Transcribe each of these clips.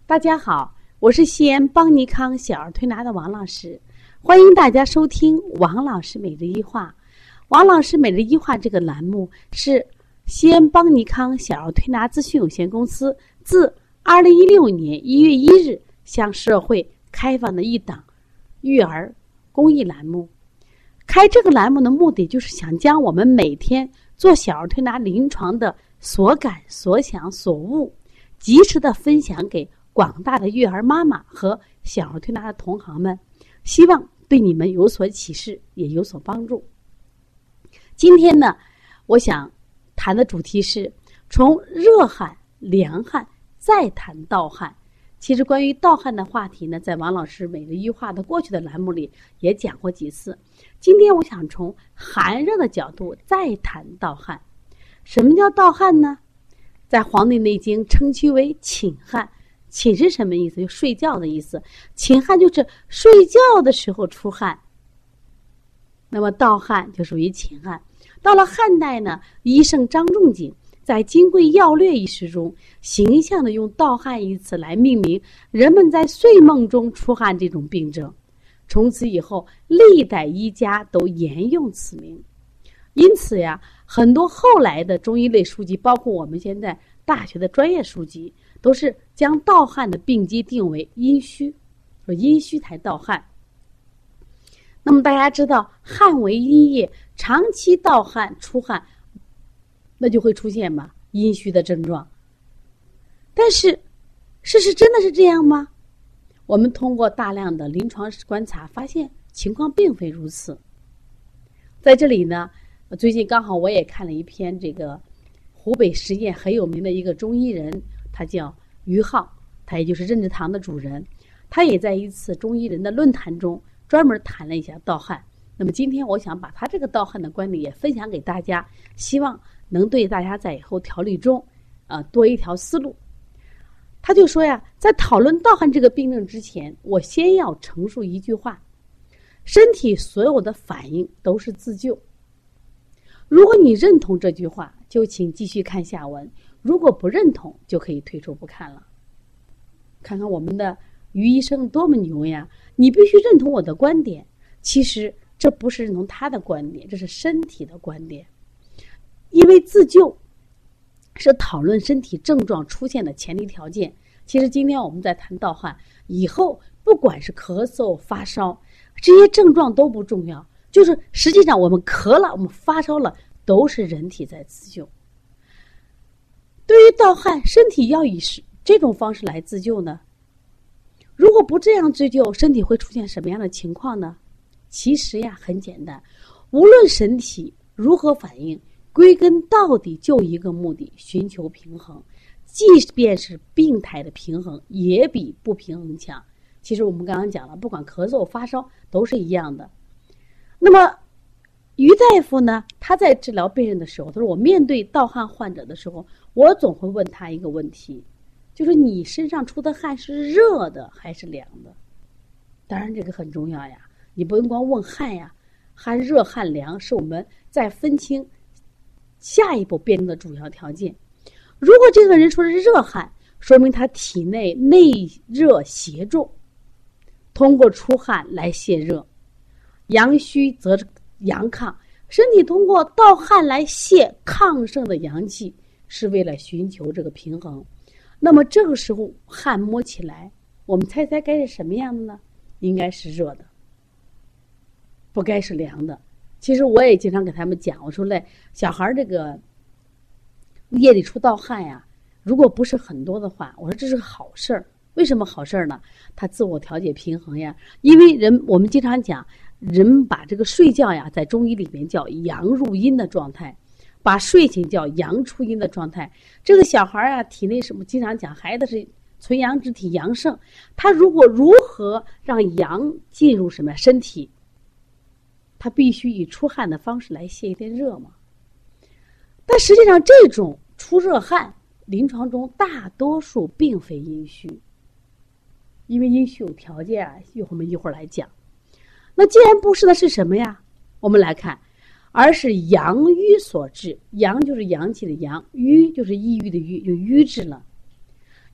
大家好，我是西安邦尼康小儿推拿的王老师，欢迎大家收听王老师每日一话。王老师每日一话这个栏目是西安邦尼康小儿推拿咨询有限公司自2016年1月1日向社会开放的一档育儿公益栏目。开这个栏目的目的就是想将我们每天做小儿推拿临床的所感所想所悟及时的分享给广大的育儿妈妈和小儿推拿的同行们，希望对你们有所启示，也有所帮助。今天呢，我想谈的主题是从热汗、凉汗再谈盗汗。其实关于盗汗的话题呢，在王老师每日一话的过去的栏目里也讲过几次。今天我想从寒热的角度再谈盗汗。什么叫盗汗呢？在《黄帝内经》称其为寝汗。寝是什么意思？就睡觉的意思。寝汗就是睡觉的时候出汗。那么盗汗就属于寝汗。到了汉代呢，医圣张仲景在《金匮要略》一诗中，形象的用盗汗一词来命名人们在睡梦中出汗这种病症。从此以后，历代医家都沿用此名。因此呀，很多后来的中医类书籍，包括我们现在大学的专业书籍，都是将盗汗的病机定为阴虚，说阴虚才盗汗。那么大家知道，汗为阴液，长期盗汗出汗，那就会出现嘛阴虚的症状。但是事实真的是这样吗？我们通过大量的临床观察发现情况并非如此。在这里呢，最近刚好我也看了一篇这个湖北十堰很有名的一个中医人，他叫于浩，他也就是任志堂的主人，他也在一次中医人的论坛中专门谈了一下盗汗。那么今天我想把他这个盗汗的观点也分享给大家，希望能对大家在以后调理中多一条思路。他就说呀，在讨论盗汗这个病症之前，我先要陈述一句话：身体所有的反应都是自救。如果你认同这句话，就请继续看下文；如果不认同，就可以退出不看了。看看我们的于医生多么牛呀！你必须认同我的观点。其实这不是认同他的观点，这是身体的观点。因为自救是讨论身体症状出现的前提条件。其实今天我们在谈盗汗，以后不管是咳嗽、发烧，这些症状都不重要，就是实际上我们咳了，我们发烧了，都是人体在自救。对于盗汗，身体要以这种方式来自救呢？如果不这样自救，身体会出现什么样的情况呢？其实呀，很简单，无论身体如何反应，归根到底就一个目的，寻求平衡。即便是病态的平衡，也比不平衡强。其实我们刚刚讲了，不管咳嗽、发烧都是一样的。那么于大夫呢，他在治疗病人的时候，他说我面对盗汗患者的时候，我总会问他一个问题，就是你身上出的汗是热的还是凉的？当然这个很重要呀，你不能光问汗呀，汗热汗凉是我们在分清下一步辩证的主要条件。如果这个人说是热汗，说明他体内内热邪重，通过出汗来泄热；阳虚则阳亢，身体通过盗汗来泄亢盛的阳气，是为了寻求这个平衡。那么这个时候汗摸起来，我们猜猜该是什么样的呢？应该是热的，不该是凉的。其实我也经常给他们讲，我说嘞，小孩这个夜里出盗汗呀，如果不是很多的话，我说这是个好事儿。为什么好事儿呢？他自我调节平衡呀。因为我们经常讲，人把这个睡觉呀，在中医里面叫阳入阴的状态，把睡醒叫阳出阴的状态。这个小孩啊，体内什么？经常讲，孩子是纯阳之体，阳盛。他如何让阳进入什么身体？他必须以出汗的方式来泄一点热嘛。但实际上，这种出热汗，临床中大多数并非阴虚，因为阴虚有条件啊，我们一会儿来讲。那既然不是的是什么呀？我们来看，而是阳瘀所致。阳就是阳气的阳，瘀就是抑郁的郁，就瘀滞了。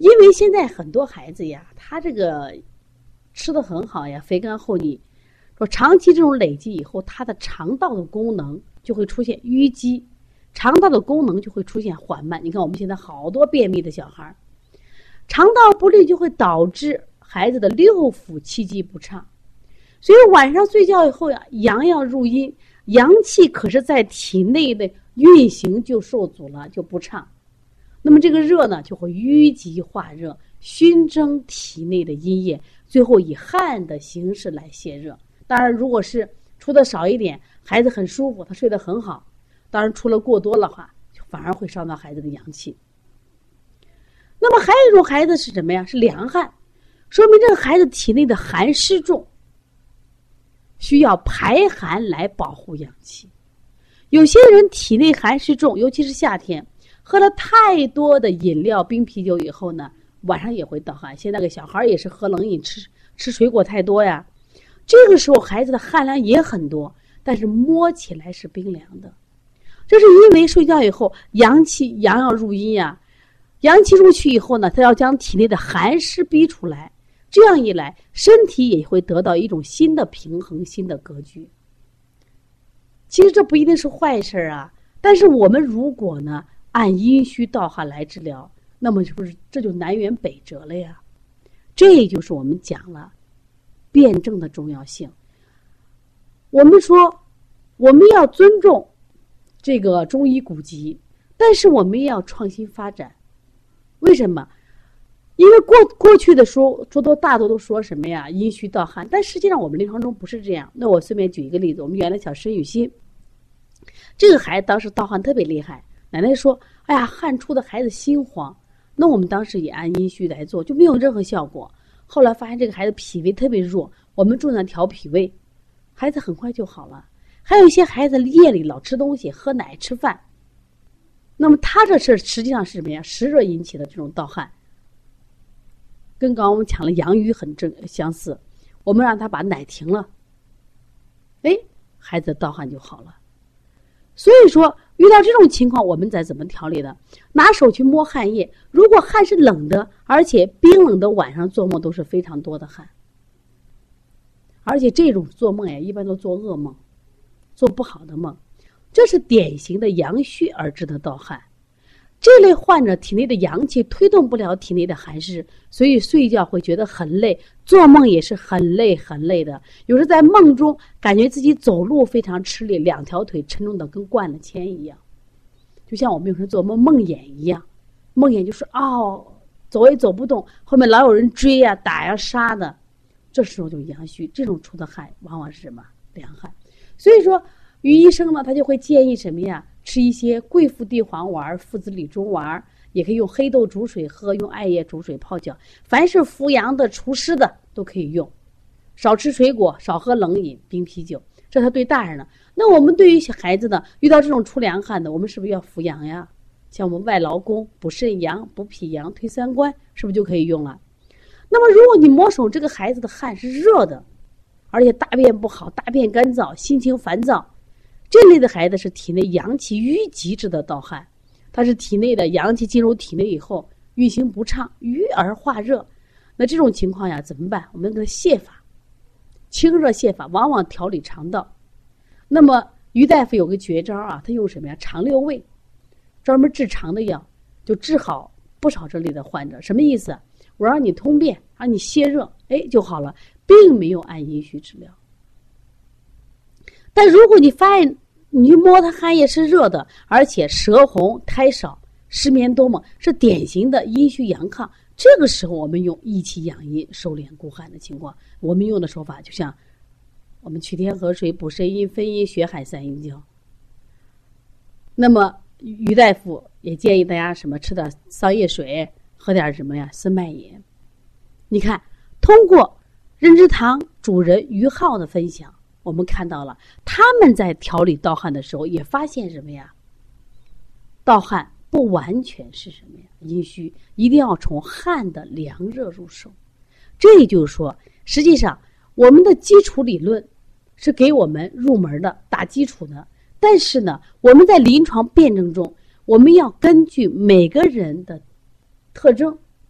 因为现在很多孩子呀，他这个吃得很好呀，肥甘厚腻，说长期这种累积以后，他的肠道的功能就会出现淤积，肠道的功能就会出现缓慢。你看我们现在好多便秘的小孩，肠道不利就会导致孩子的六腑气机不畅，所以晚上睡觉以后呀，阳要入阴，阳气可是在体内的运行就受阻了，就不畅。那么这个热呢，就会淤积化热，熏蒸体内的阴液，最后以汗的形式来泄热。当然，如果是出的少一点，孩子很舒服，他睡得很好。当然，出了过多的话，就反而会伤到孩子的阳气。那么还有一种孩子是什么呀？是凉汗，说明这个孩子体内的寒湿重，需要排寒来保护阳气。有些人体内寒湿重，尤其是夏天，喝了太多的饮料、冰啤酒以后呢，晚上也会盗汗。现在个小孩也是喝冷饮、吃水果太多呀，这个时候孩子的汗量也很多，但是摸起来是冰凉的。这是因为睡觉以后阳要入阴呀，阳气入去以后呢，它要将体内的寒湿逼出来，这样一来，身体也会得到一种新的平衡、新的格局。其实这不一定是坏事啊，但是我们如果呢按阴虚盗汗来治疗，那么是不是这就南辕北辙了呀？这就是我们讲了辩证的重要性。我们说我们要尊重这个中医古籍，但是我们也要创新发展。为什么？因为过去的大多都说什么呀？阴虚盗汗，但实际上我们临床中不是这样。那我顺便举一个例子，我们原来小申雨欣，这个孩子当时盗汗特别厉害，奶奶说：“哎呀，汗出的孩子心慌。”那我们当时也按阴虚来做，就没有任何效果。后来发现这个孩子脾胃特别弱，我们重点调脾胃，孩子很快就好了。还有一些孩子夜里老吃东西、喝奶、吃饭，那么他这事实际上是什么呀？湿热引起的这种盗汗，跟刚刚我们讲了阳瘀很相似。我们让他把奶停了，孩子的盗汗就好了。所以说遇到这种情况，我们再怎么调理的？拿手去摸汗液，如果汗是冷的，而且冰冷的，晚上做梦都是非常多的汗，而且这种做梦呀，一般都做噩梦，做不好的梦，这是典型的阳虚而致的盗汗。这类患者体内的阳气推动不了体内的寒湿，所以睡觉会觉得很累，做梦也是很累很累的。有时在梦中感觉自己走路非常吃力，两条腿沉重的跟灌了铅一样，就像我们有时做梦魇一样。梦魇就是走也走不动，后面老有人追呀、打呀、杀的，这时候就阳虚。这种出的汗往往是什么？凉汗。所以说于医生呢，他就会建议什么呀？吃一些桂附地黄丸、附子理中丸，也可以用黑豆煮水喝，用艾叶煮水泡脚。凡是扶阳的、除湿的都可以用。少吃水果，少喝冷饮、冰啤酒，这他对大人呢。那我们对于孩子呢，遇到这种出凉汗的，我们是不是要扶阳呀？像我们外劳宫、补肾阳、补脾阳、推三关，是不是就可以用了？那么如果你摸手这个孩子的汗是热的，而且大便不好、大便干燥、心情烦躁，这类的孩子是体内阳气淤积致的盗汗，它是体内的阳气进入体内以后运行不畅，淤而化热。那这种情况呀，怎么办？我们给他泻法，清热泻法，往往调理肠道。那么于大夫有个绝招啊，他用什么呀？肠六味，专门治肠的药，就治好不少这类的患者。什么意思？我让你通便，让你泻热，就好了，并没有按阴虚治疗。但如果你发现你去摸他汗液是热的，而且舌红、苔少、失眠多梦，是典型的阴虚阳亢，这个时候我们用益气养阴、收敛固汗的情况，我们用的手法就像我们取天河水、补肾阴、分阴、血海三阴交。那么于大夫也建议大家什么？吃点桑叶水，喝点什么呀？参麦饮。你看，通过任之堂主人于浩的分享，我们看到了他们在调理盗汗的时候也发现什么呀？盗汗不完全是什么呀？阴虚，一定要从汗的凉热入手。这也就是说，实际上我们的基础理论是给我们入门的、打基础的，但是呢，我们在临床辩证中，我们要根据每个人的特征，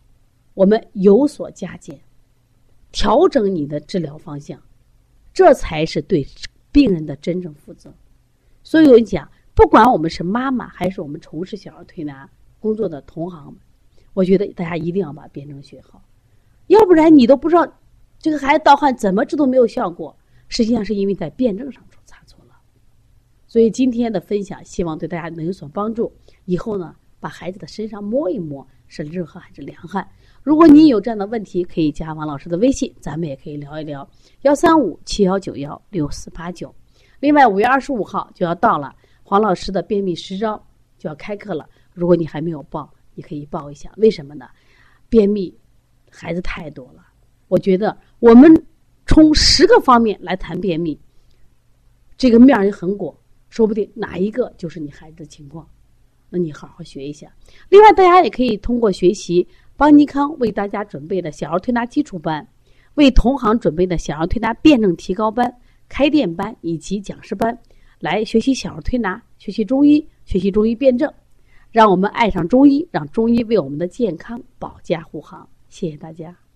我们有所加减，调整你的治疗方向，这才是对病人的真正负责。所以有人讲，不管我们是妈妈还是我们从事小儿推拿工作的同行们，我觉得大家一定要把辩证学好，要不然你都不知道这个孩子盗汗怎么治都没有效果，实际上是因为在辩证上出差错了。所以今天的分享希望对大家能有所帮助，以后呢把孩子的身上摸一摸是热汗还是凉汗。如果你有这样的问题，可以加王老师的微信，咱们也可以聊一聊13571916489。另外5月25号就要到了，黄老师的便秘10招就要开课了，如果你还没有报，你可以报一下。为什么呢？便秘孩子太多了，我觉得我们从10个方面来谈便秘，这个面儿很广，说不定哪一个就是你孩子的情况，那你好好学一下。另外大家也可以通过学习邦尼康为大家准备的小儿推拿基础班，为同行准备的小儿推拿辩证提高班、开店班以及讲师班，来学习小儿推拿，学习中医，学习中医辩证，让我们爱上中医，让中医为我们的健康保驾护航。谢谢大家。